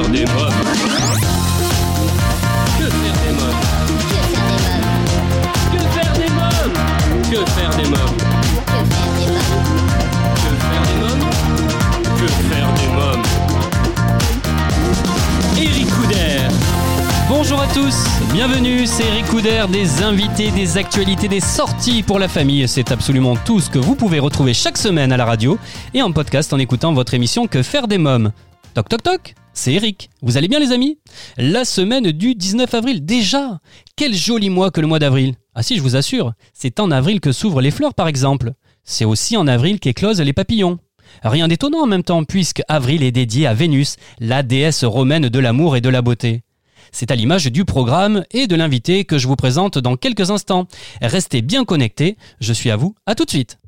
des mômes? Que faire des mômes? Que faire des mômes? Que faire des mômes? Que faire des mômes? Que faire des mômes? Eric Couder. Bonjour à tous, bienvenue, c'est Eric Couder, des invités, des actualités, des sorties pour la famille. C'est absolument tout ce que vous pouvez retrouver chaque semaine à la radio et en podcast en écoutant votre émission Que faire des mômes. Toc toc toc, c'est Eric. Vous allez bien les amis? La semaine du 19 avril déjà. Quel joli mois que le mois d'avril. Ah si, je vous assure, c'est en avril que s'ouvrent les fleurs par exemple. C'est aussi en avril qu'éclosent les papillons. Rien d'étonnant en même temps puisque avril est dédié à Vénus, la déesse romaine de l'amour et de la beauté. C'est à l'image du programme et de l'invité que je vous présente dans quelques instants. Restez bien connectés, je suis à vous, à tout de suite.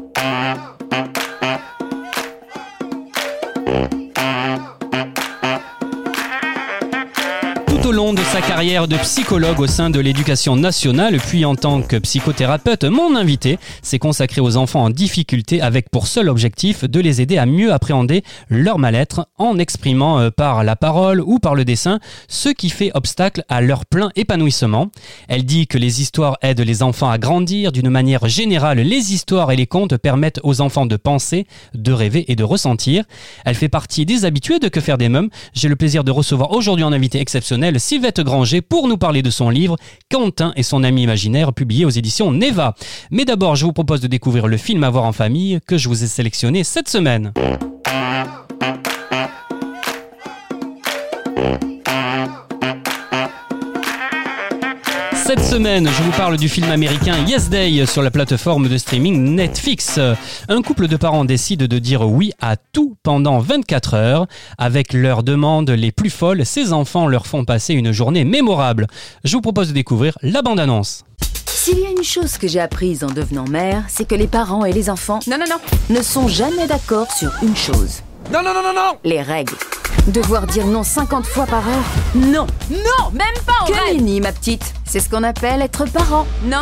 Tout au long de sa carrière de psychologue au sein de l'éducation nationale, puis en tant que psychothérapeute, mon invité s'est consacré aux enfants en difficulté avec pour seul objectif de les aider à mieux appréhender leur mal-être en exprimant par la parole ou par le dessin ce qui fait obstacle à leur plein épanouissement. Elle dit que les histoires aident les enfants à grandir. D'une manière générale, les histoires et les contes permettent aux enfants de penser, de rêver et de ressentir. Elle fait partie des habitués de Que faire des mômes. J'ai le plaisir de recevoir aujourd'hui en invité exceptionnel Sylvette Granger pour nous parler de son livre Quentin et son ami imaginaire publié aux éditions Neva. Mais d'abord, je vous propose de découvrir le film à voir en famille que je vous ai sélectionné cette semaine. Cette semaine, je vous parle du film américain Yes Day sur la plateforme de streaming Netflix. Un couple de parents décide de dire oui à tout pendant 24 heures. Avec leurs demandes les plus folles, ces enfants leur font passer une journée mémorable. Je vous propose de découvrir la bande-annonce. S'il y a une chose que j'ai apprise en devenant mère, c'est que les parents et les enfants ne sont jamais d'accord sur une chose. Non. Les règles. Devoir dire non 50 fois par heure? Non. Non, même pas en Que vrai. nenni, ma petite. C'est ce qu'on appelle être parent. Non.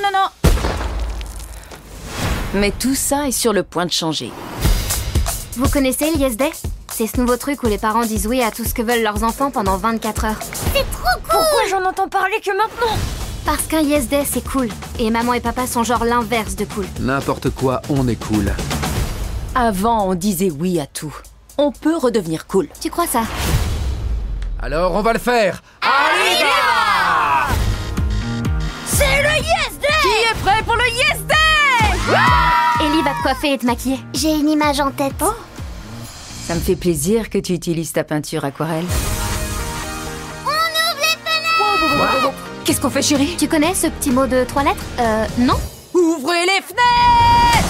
Mais tout ça est sur le point de changer. Vous connaissez le Yes Day? C'est ce nouveau truc où les parents disent oui à tout ce que veulent leurs enfants pendant 24 heures. C'est trop cool! Pourquoi j'en entends parler que maintenant? Parce qu'un Yes Day, c'est cool. Et maman et papa sont genre l'inverse de cool. N'importe quoi, on est cool. Avant, on disait oui à tout. On peut redevenir cool. Tu crois ça? Alors on va le faire. Allez, C'est le Yes Day! Qui est prêt pour le Yes Day? Ellie va te coiffer et te maquiller. J'ai une image en tête. Oh. Ça me fait plaisir que tu utilises ta peinture aquarelle. On ouvre les fenêtres! Qu'est-ce qu'on fait, chérie? Tu connais ce petit mot de 3 lettres? Non? Ouvrez les fenêtres!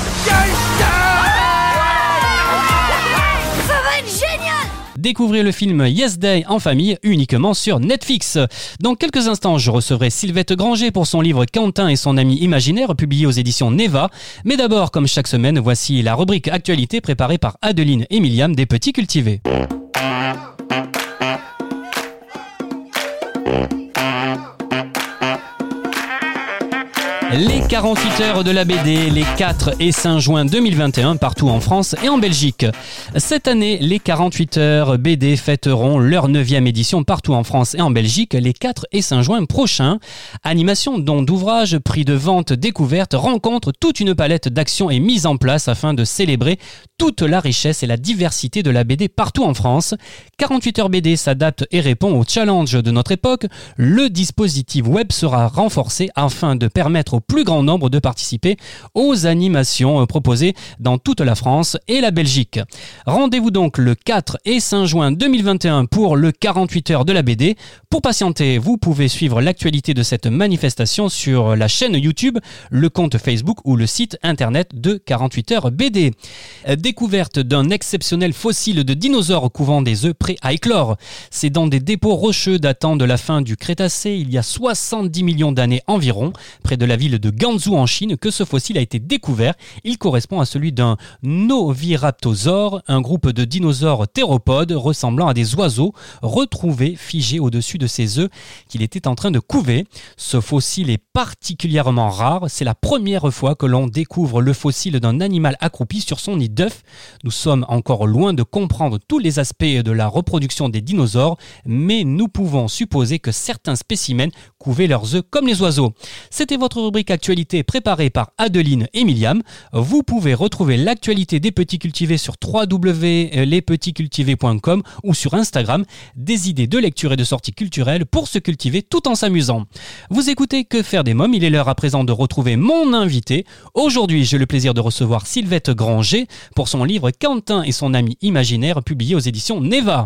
Ça va être génial! Découvrez le film Yes Day en famille uniquement sur Netflix. Dans quelques instants, je recevrai Sylvette Granger pour son livre Quentin et son ami imaginaire publié aux éditions Neva. Mais d'abord, comme chaque semaine, voici la rubrique Actualité préparée par Adeline et Myliam des Petits Cultivés. Les 48 heures de la BD, les 4 et 5 juin 2021, partout en France et en Belgique. Cette année, les 48 heures BD fêteront leur 9e édition partout en France et en Belgique les 4 et 5 juin prochains. Animation, dons d'ouvrages, prix de vente, découvertes, rencontres, toute une palette d'actions est mise en place afin de célébrer toute la richesse et la diversité de la BD partout en France. 48 heures BD s'adapte et répond aux challenges de notre époque. Le dispositif web sera renforcé afin de permettre au plus grand nombre de participer aux animations proposées dans toute la France et la Belgique. Rendez-vous donc le 4 et 5 juin 2021 pour le 48 heures de la BD. Pour patienter, vous pouvez suivre l'actualité de cette manifestation sur la chaîne YouTube, le compte Facebook ou le site internet de 48 heures BD. Découverte d'un exceptionnel fossile de dinosaures couvant des œufs prêts à éclore. C'est dans des dépôts rocheux datant de la fin du Crétacé, il y a 70 millions d'années environ, près de la ville de Ganzhou en Chine, que ce fossile a été découvert. Il correspond à celui d'un Oviraptosaure, un groupe de dinosaures théropodes ressemblant à des oiseaux retrouvés figés au-dessus de ses œufs qu'il était en train de couver. Ce fossile est particulièrement rare. C'est la première fois que l'on découvre le fossile d'un animal accroupi sur son nid d'œuf. Nous sommes encore loin de comprendre tous les aspects de la reproduction des dinosaures, mais nous pouvons supposer que certains spécimens couvaient leurs œufs comme les oiseaux. C'était votre rubrique actualité préparée par Adeline et Myliam. Vous pouvez retrouver l'actualité des petits cultivés sur www.lespetitscultivés.com ou sur Instagram. Des idées de lecture et de sorties culturelles pour se cultiver tout en s'amusant. Vous écoutez Que faire des mômes. Il est l'heure à présent de retrouver mon invité. Aujourd'hui, j'ai le plaisir de recevoir Sylvette Granger pour son livre Quentin et son ami imaginaire, publié aux éditions Neva.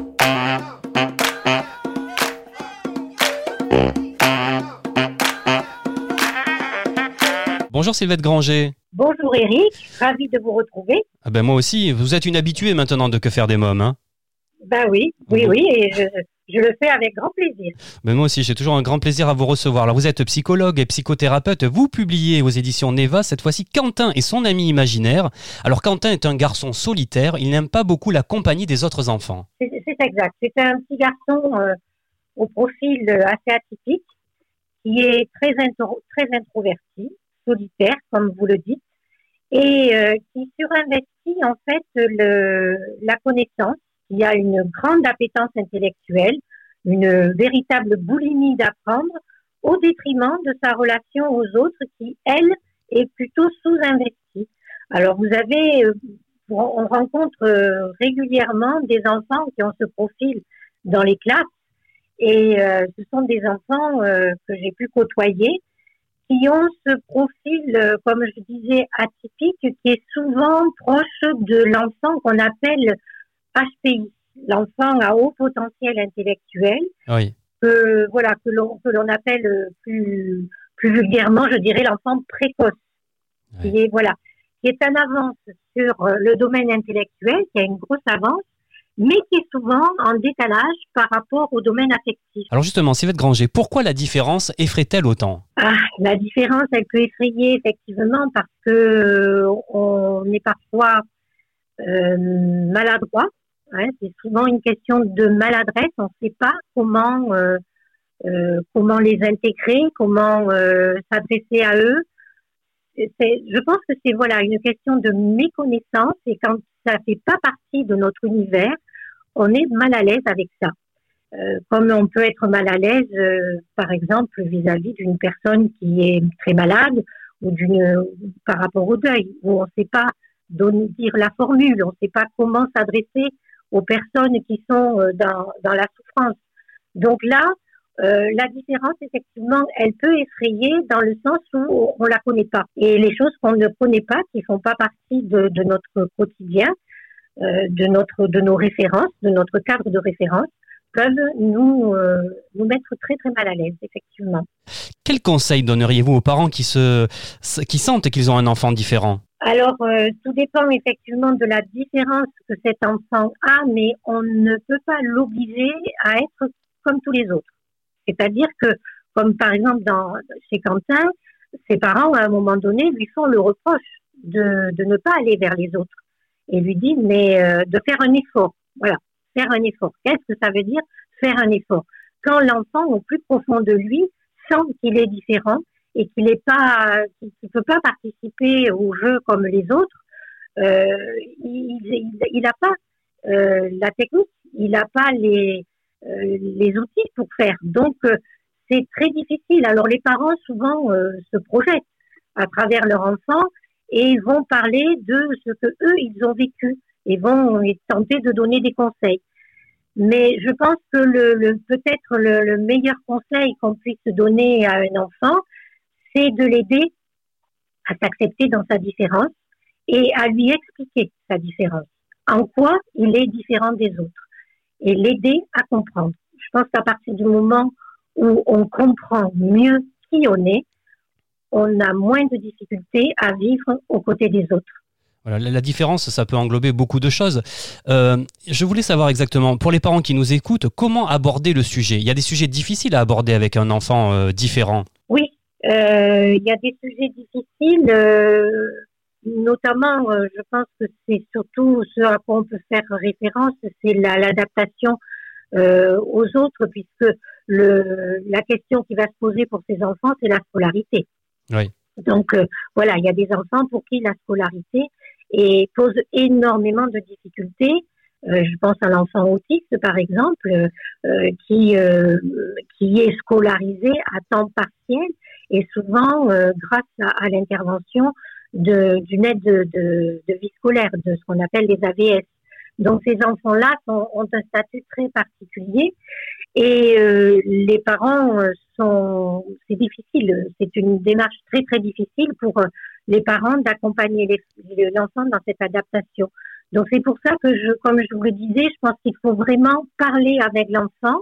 Bonjour Sylvette Granger. Bonjour Eric, ravi de vous retrouver. Moi aussi, vous êtes une habituée maintenant de Que faire des mômes, hein? Oui, et je le fais avec grand plaisir. Moi aussi, j'ai toujours un grand plaisir à vous recevoir. Alors, vous êtes psychologue et psychothérapeute. Vous publiez aux éditions Neva, cette fois-ci, Quentin et son ami imaginaire. Alors, Quentin est un garçon solitaire. Il n'aime pas beaucoup la compagnie des autres enfants. C'est exact. C'est un petit garçon au profil assez atypique, qui est très introverti, solitaire, comme vous le dites, et qui surinvestit en fait la connaissance. Il y a une grande appétence intellectuelle, une véritable boulimie d'apprendre au détriment de sa relation aux autres qui, elle, est plutôt sous-investie. Alors, on rencontre régulièrement des enfants qui ont ce profil dans les classes et ce sont des enfants que j'ai pu côtoyer qui ont ce profil, comme je disais, atypique, qui est souvent proche de l'enfant qu'on appelle HPI, l'enfant à haut potentiel intellectuel, oui. que l'on appelle plus vulgairement, je dirais, l'enfant précoce, oui. qui est en avance sur le domaine intellectuel, qui a une grosse avance, mais qui est souvent en décalage par rapport au domaine affectif. Alors justement, Sylvette Granger, pourquoi la différence effraie-t-elle autant? La différence, elle peut effrayer effectivement parce que on est parfois maladroit. C'est souvent une question de maladresse. On ne sait pas comment les intégrer, comment s'adresser à eux. Je pense que c'est une question de méconnaissance et quand ça fait pas partie de notre univers, on est mal à l'aise avec ça. Comme on peut être mal à l'aise, par exemple, vis-à-vis d'une personne qui est très malade ou par rapport au deuil, où on ne sait pas dire la formule, on ne sait pas comment s'adresser aux personnes qui sont dans la souffrance. Donc là, la différence, effectivement, elle peut effrayer dans le sens où on la connaît pas. Et les choses qu'on ne connaît pas, qui font pas partie de notre quotidien, de nos références, de notre cadre de référence, peuvent nous mettre très très mal à l'aise, effectivement. Quel conseil donneriez-vous aux parents qui sentent qu'ils ont un enfant différent? Alors, tout dépend effectivement de la différence que cet enfant a, mais on ne peut pas l'obliger à être comme tous les autres. C'est-à-dire que, comme par exemple chez Quentin, ses parents, à un moment donné, lui font le reproche de ne pas aller vers les autres et lui disent de faire un effort. Voilà, faire un effort. Qu'est-ce que ça veut dire, faire un effort? Quand l'enfant, au plus profond de lui, sent qu'il est différent et qu'il ne peut pas participer au jeu comme les autres, il n'a pas la technique, il n'a pas les outils pour faire. Donc, c'est très difficile. Alors, les parents, souvent, se projettent à travers leur enfant et vont parler de ce que eux ils ont vécu et vont tenter de donner des conseils. Mais je pense que peut-être le meilleur conseil qu'on puisse donner à un enfant, c'est de l'aider à s'accepter dans sa différence et à lui expliquer sa différence. En quoi il est différent des autres et l'aider à comprendre. Je pense qu'à partir du moment où on comprend mieux qui on est, on a moins de difficultés à vivre aux côtés des autres. Voilà, la différence, ça peut englober beaucoup de choses. Je voulais savoir exactement, pour les parents qui nous écoutent, comment aborder le sujet? Il y a des sujets difficiles à aborder avec un enfant différent. Oui, il y a des sujets difficiles, notamment, je pense que c'est surtout ce à quoi on peut faire référence, c'est l'adaptation aux autres, puisque la question qui va se poser pour ces enfants, c'est la scolarité. Oui. Donc voilà, il y a des enfants pour qui la scolarité pose énormément de difficultés. Je pense à l'enfant autiste, par exemple, qui est scolarisé à temps partiel et souvent grâce à l'intervention d'une aide de vie scolaire, de ce qu'on appelle les AVS. Donc ces enfants-là ont un statut très particulier et les parents c'est difficile, c'est une démarche très très difficile pour les parents d'accompagner l'enfant dans cette adaptation. Donc c'est pour ça que comme je vous le disais, je pense qu'il faut vraiment parler avec l'enfant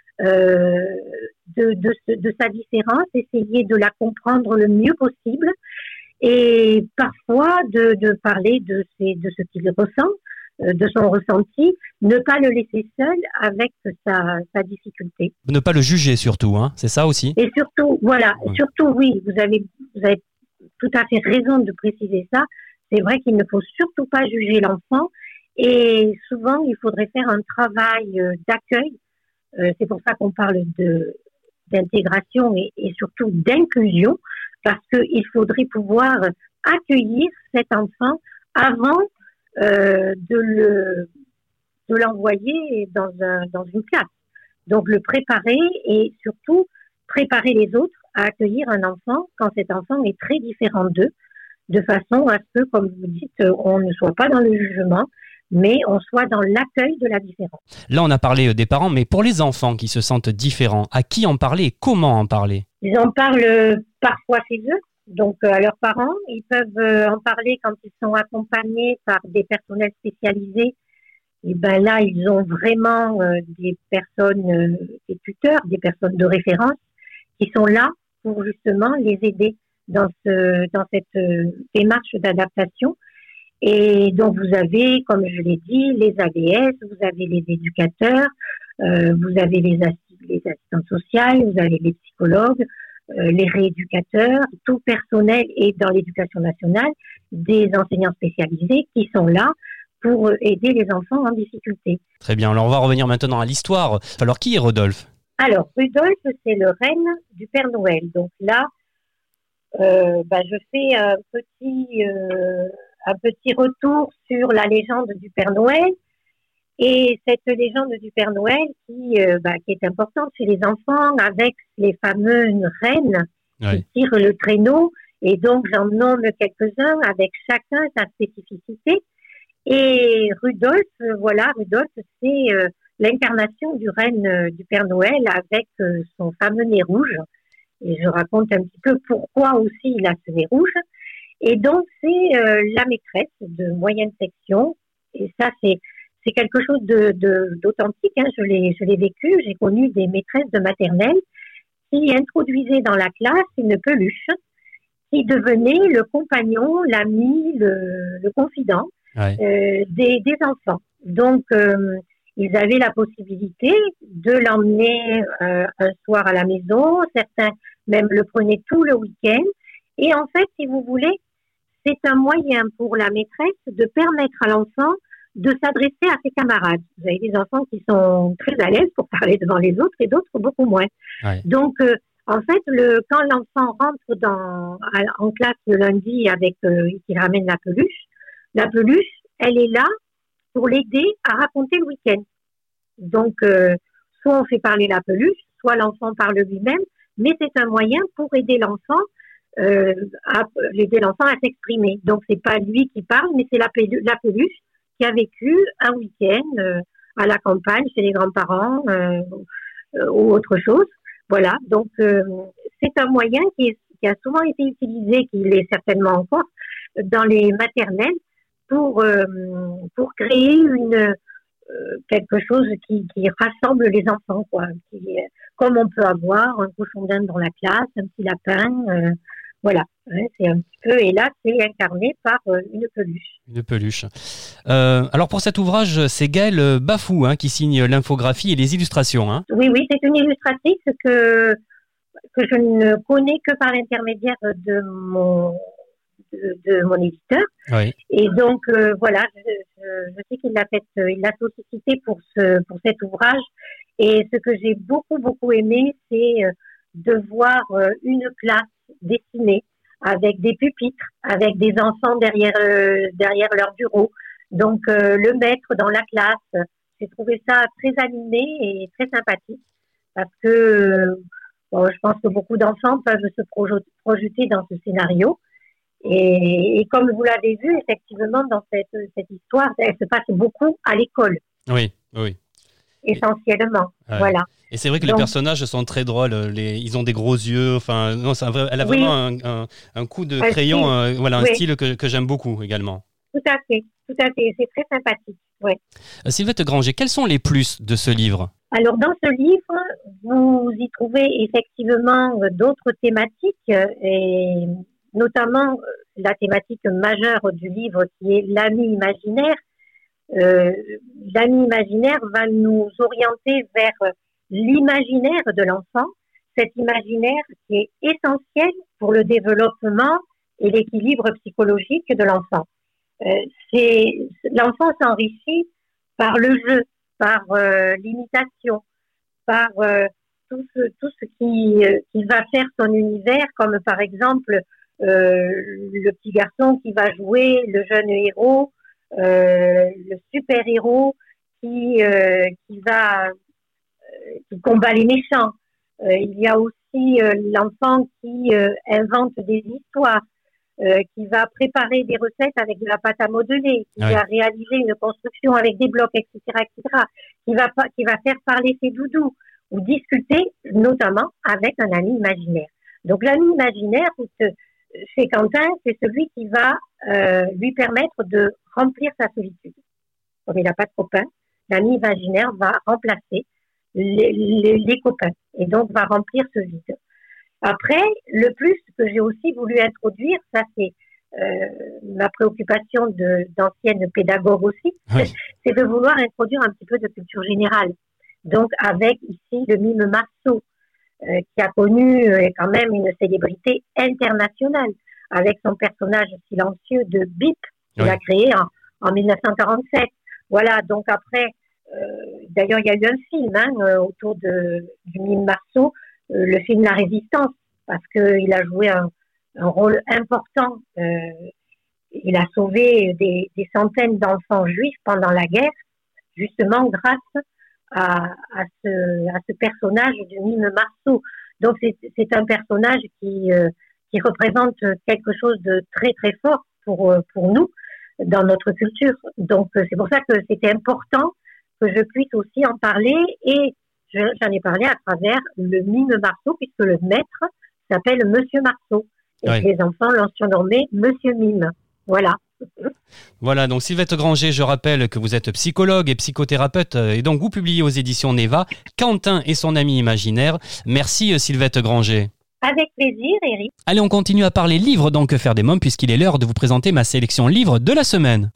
de sa différence, essayer de la comprendre le mieux possible et parfois de parler de ce qu'il ressent, de son ressenti, ne pas le laisser seul avec sa difficulté. Ne pas le juger surtout, hein, c'est ça aussi. Et surtout, voilà, surtout oui, vous avez tout à fait raison de préciser ça. C'est vrai qu'il ne faut surtout pas juger l'enfant et souvent il faudrait faire un travail d'accueil. C'est pour ça qu'on parle d'intégration et surtout d'inclusion, parce qu'il faudrait pouvoir accueillir cet enfant avant de l'envoyer dans une classe. Donc le préparer et surtout préparer les autres à accueillir un enfant quand cet enfant est très différent d'eux, de façon à ce que, comme vous dites, on ne soit pas dans le jugement, mais on soit dans l'accueil de la différence. Là, on a parlé des parents, mais pour les enfants qui se sentent différents, à qui en parler et comment en parler? Ils en parlent parfois chez eux, donc à leurs parents. Ils peuvent en parler quand ils sont accompagnés par des personnels spécialisés. Et ben là, ils ont vraiment des personnes, des tuteurs, des personnes de référence qui sont là pour justement les aider dans cette démarche d'adaptation. Et donc, vous avez, comme je l'ai dit, les AVS, vous avez les éducateurs, vous avez les assistantes sociales, vous avez les psychologues, les rééducateurs, tout personnel et dans l'éducation nationale, des enseignants spécialisés qui sont là pour aider les enfants en difficulté. Très bien, alors on va revenir maintenant à l'histoire. Alors, qui est Rudolf? Alors, Rudolf, c'est le reine du Père Noël. Donc là, je fais un petit retour sur la légende du Père Noël. Et cette légende du Père Noël qui est importante chez les enfants avec les fameuses reines qui tirent le traîneau. Et donc, j'en nomme quelques-uns avec chacun sa spécificité. Et Rudolf, c'est l'incarnation du reine du Père Noël avec son fameux nez rouge. Et je raconte un petit peu pourquoi aussi il a ce nez rouge. Et donc, c'est la maîtresse de moyenne section. Et ça, c'est quelque chose d'authentique. Hein. Je l'ai vécu. J'ai connu des maîtresses de maternelle qui introduisaient dans la classe une peluche qui devenait le compagnon, l'ami, le confident des enfants. Donc, ils avaient la possibilité de l'emmener un soir à la maison. Certains même le prenaient tout le week-end. Et en fait, si vous voulez, c'est un moyen pour la maîtresse de permettre à l'enfant de s'adresser à ses camarades. Vous avez des enfants qui sont très à l'aise pour parler devant les autres et d'autres beaucoup moins. Ouais. Donc, en fait, quand l'enfant rentre en classe le lundi avec qu'il ramène la peluche, elle est là pour l'aider à raconter le week-end. Donc, soit on fait parler la peluche, soit l'enfant parle lui-même, mais c'est un moyen pour aider l'enfant à s'exprimer. Donc, c'est pas lui qui parle, mais c'est la peluche qui a vécu un week-end à la campagne chez les grands-parents ou autre chose. Voilà. Donc, c'est un moyen qui a souvent été utilisé, qui l'est certainement encore, dans les maternelles pour créer quelque chose qui rassemble les enfants, quoi. Comme on peut avoir un cochon d'Inde dans la classe, un petit lapin, voilà. C'est un petit peu, et là, c'est incarné par une peluche. Une peluche. Alors pour cet ouvrage, c'est Gaëlle Bafou qui signe l'infographie et les illustrations. Hein. Oui, c'est une illustratrice que je ne connais que par l'intermédiaire de mon éditeur. Oui. Et donc, voilà, je sais qu'il l'a sollicité pour cet ouvrage. Et ce que j'ai beaucoup aimé, c'est de voir une classe dessinée avec des pupitres, avec des enfants derrière leur bureau. Donc le maître dans la classe, j'ai trouvé ça très animé et très sympathique parce que je pense que beaucoup d'enfants peuvent se projeter dans ce scénario. Et comme vous l'avez vu, effectivement, dans cette histoire, elle se passe beaucoup à l'école. Oui. Essentiellement, voilà. Et c'est vrai que les personnages sont très drôles. Ils ont des gros yeux. Enfin, non, elle a vraiment un coup de crayon, un style que j'aime beaucoup également. Tout à fait. C'est très sympathique. Ouais. Sylvette Granger, quels sont les plus de ce livre ? Alors, dans ce livre, vous y trouvez effectivement d'autres thématiques, et notamment la thématique majeure du livre qui est l'ami imaginaire. L'ami imaginaire va nous orienter vers l'imaginaire de l'enfant, cet imaginaire qui est essentiel pour le développement et l'équilibre psychologique de l'enfant. L'enfant s'enrichit par le jeu, par l'imitation, par tout ce qui va faire son univers, comme par exemple le petit garçon qui va jouer le jeune héros, le super-héros qui combat les méchants. Il y a aussi l'enfant qui invente des histoires, qui va préparer des recettes avec de la pâte à modeler, qui va réaliser une construction avec des blocs, etc., qui va faire parler ses doudous ou discuter notamment avec un ami imaginaire. Donc l'ami imaginaire, chez Quentin, c'est celui qui va lui permettre de remplir sa solitude. Comme il n'a pas de copains, l'ami imaginaire va remplacer les copains et donc va remplir ce vide. Après, le plus que j'ai aussi voulu introduire, ça c'est ma préoccupation d'ancienne pédagogue aussi, c'est de vouloir introduire un petit peu de culture générale. Donc avec ici le mime Marceau, qui a connu quand même une célébrité internationale avec son personnage silencieux de Bip qu'il a créé en 1947. Voilà, donc après, d'ailleurs il y a eu un film autour du mime Marceau, le film La Résistance, parce qu'il a joué un rôle important. Il a sauvé des centaines d'enfants juifs pendant la guerre, justement grâce à ce personnage du mime Marceau. Donc c'est un personnage qui représente quelque chose de très très fort pour nous dans notre culture. Donc c'est pour ça que c'était important que je puisse aussi en parler, et j'en ai parlé à travers le mime Marceau, puisque le maître s'appelle Monsieur Marceau et les enfants l'ont surnommé Monsieur Mime. Voilà. Voilà, donc Sylvette Granger, je rappelle que vous êtes psychologue et psychothérapeute, et donc vous publiez aux éditions Neva Quentin et son ami imaginaire. Merci Sylvette Granger. Avec plaisir, Eric. Allez, on continue à parler livres dans Que faire des mômes, puisqu'il est l'heure de vous présenter ma sélection livres de la semaine.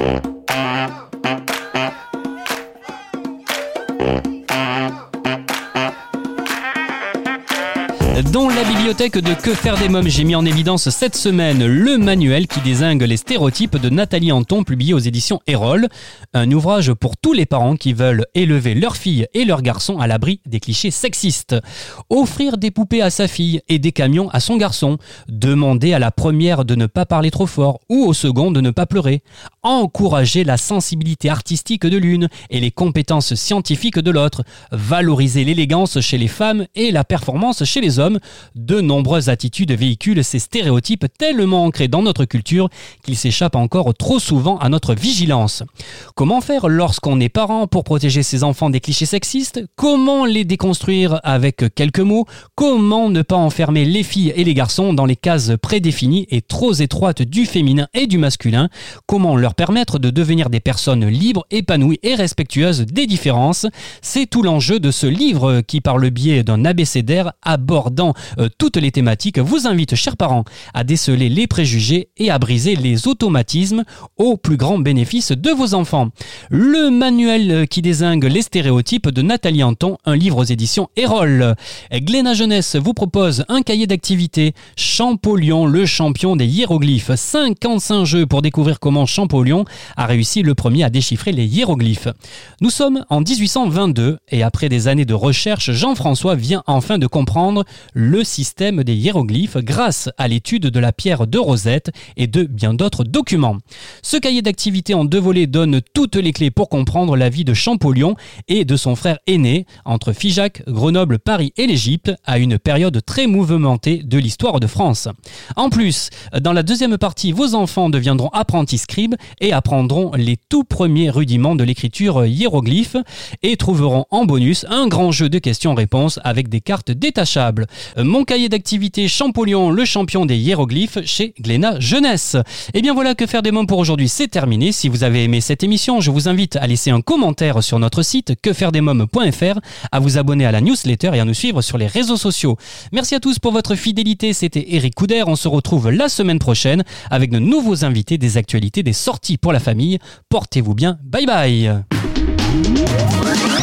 Dans la bibliothèque de Que faire des mômes, j'ai mis en évidence cette semaine le manuel qui dézingue les stéréotypes de Nathalie Anton, publié aux éditions Erol. Un ouvrage pour tous les parents qui veulent élever leurs filles et leurs garçons à l'abri des clichés sexistes. Offrir des poupées à sa fille et des camions à son garçon. Demander à la première de ne pas parler trop fort ou au second de ne pas pleurer. Encourager la sensibilité artistique de l'une et les compétences scientifiques de l'autre. Valoriser l'élégance chez les femmes et la performance chez les hommes. De nombreuses attitudes véhiculent ces stéréotypes tellement ancrés dans notre culture qu'ils s'échappent encore trop souvent à notre vigilance. Comment faire lorsqu'on est parent pour protéger ses enfants des clichés sexistes ? Comment les déconstruire avec quelques mots ? Comment ne pas enfermer les filles et les garçons dans les cases prédéfinies et trop étroites du féminin et du masculin ? Comment leur permettre de devenir des personnes libres, épanouies et respectueuses des différences ? C'est tout l'enjeu de ce livre qui, par le biais d'un abécédaire, abordant toutes toutes les thématiques vous invite, chers parents, à déceler les préjugés et à briser les automatismes au plus grand bénéfice de vos enfants. Le manuel qui dézingue les stéréotypes de Nathalie Anton, un livre aux éditions Erol. Glénat Jeunesse vous propose un cahier d'activités Champollion, le champion des hiéroglyphes. 55 jeux pour découvrir comment Champollion a réussi le premier à déchiffrer les hiéroglyphes. Nous sommes en 1822 et après des années de recherche, Jean-François vient enfin de comprendre le système des hiéroglyphes grâce à l'étude de la pierre de Rosette et de bien d'autres documents. Ce cahier d'activités en 2 volets donne toutes les clés pour comprendre la vie de Champollion et de son frère aîné entre Figeac, Grenoble, Paris et l'Égypte à une période très mouvementée de l'histoire de France. En plus, dans la deuxième partie, vos enfants deviendront apprentis scribes et apprendront les tout premiers rudiments de l'écriture hiéroglyphe et trouveront en bonus un grand jeu de questions-réponses avec des cartes détachables. Mon cahier d'activités Champollion, le champion des hiéroglyphes chez Glénat Jeunesse. Et bien voilà, Que faire des mômes pour aujourd'hui, c'est terminé. Si vous avez aimé cette émission, je vous invite à laisser un commentaire sur notre site quefairedesmômes.fr, à vous abonner à la newsletter et à nous suivre sur les réseaux sociaux. Merci à tous pour votre fidélité, c'était Eric Couder. On se retrouve la semaine prochaine avec de nouveaux invités, des actualités, des sorties pour la famille. Portez-vous bien, bye bye.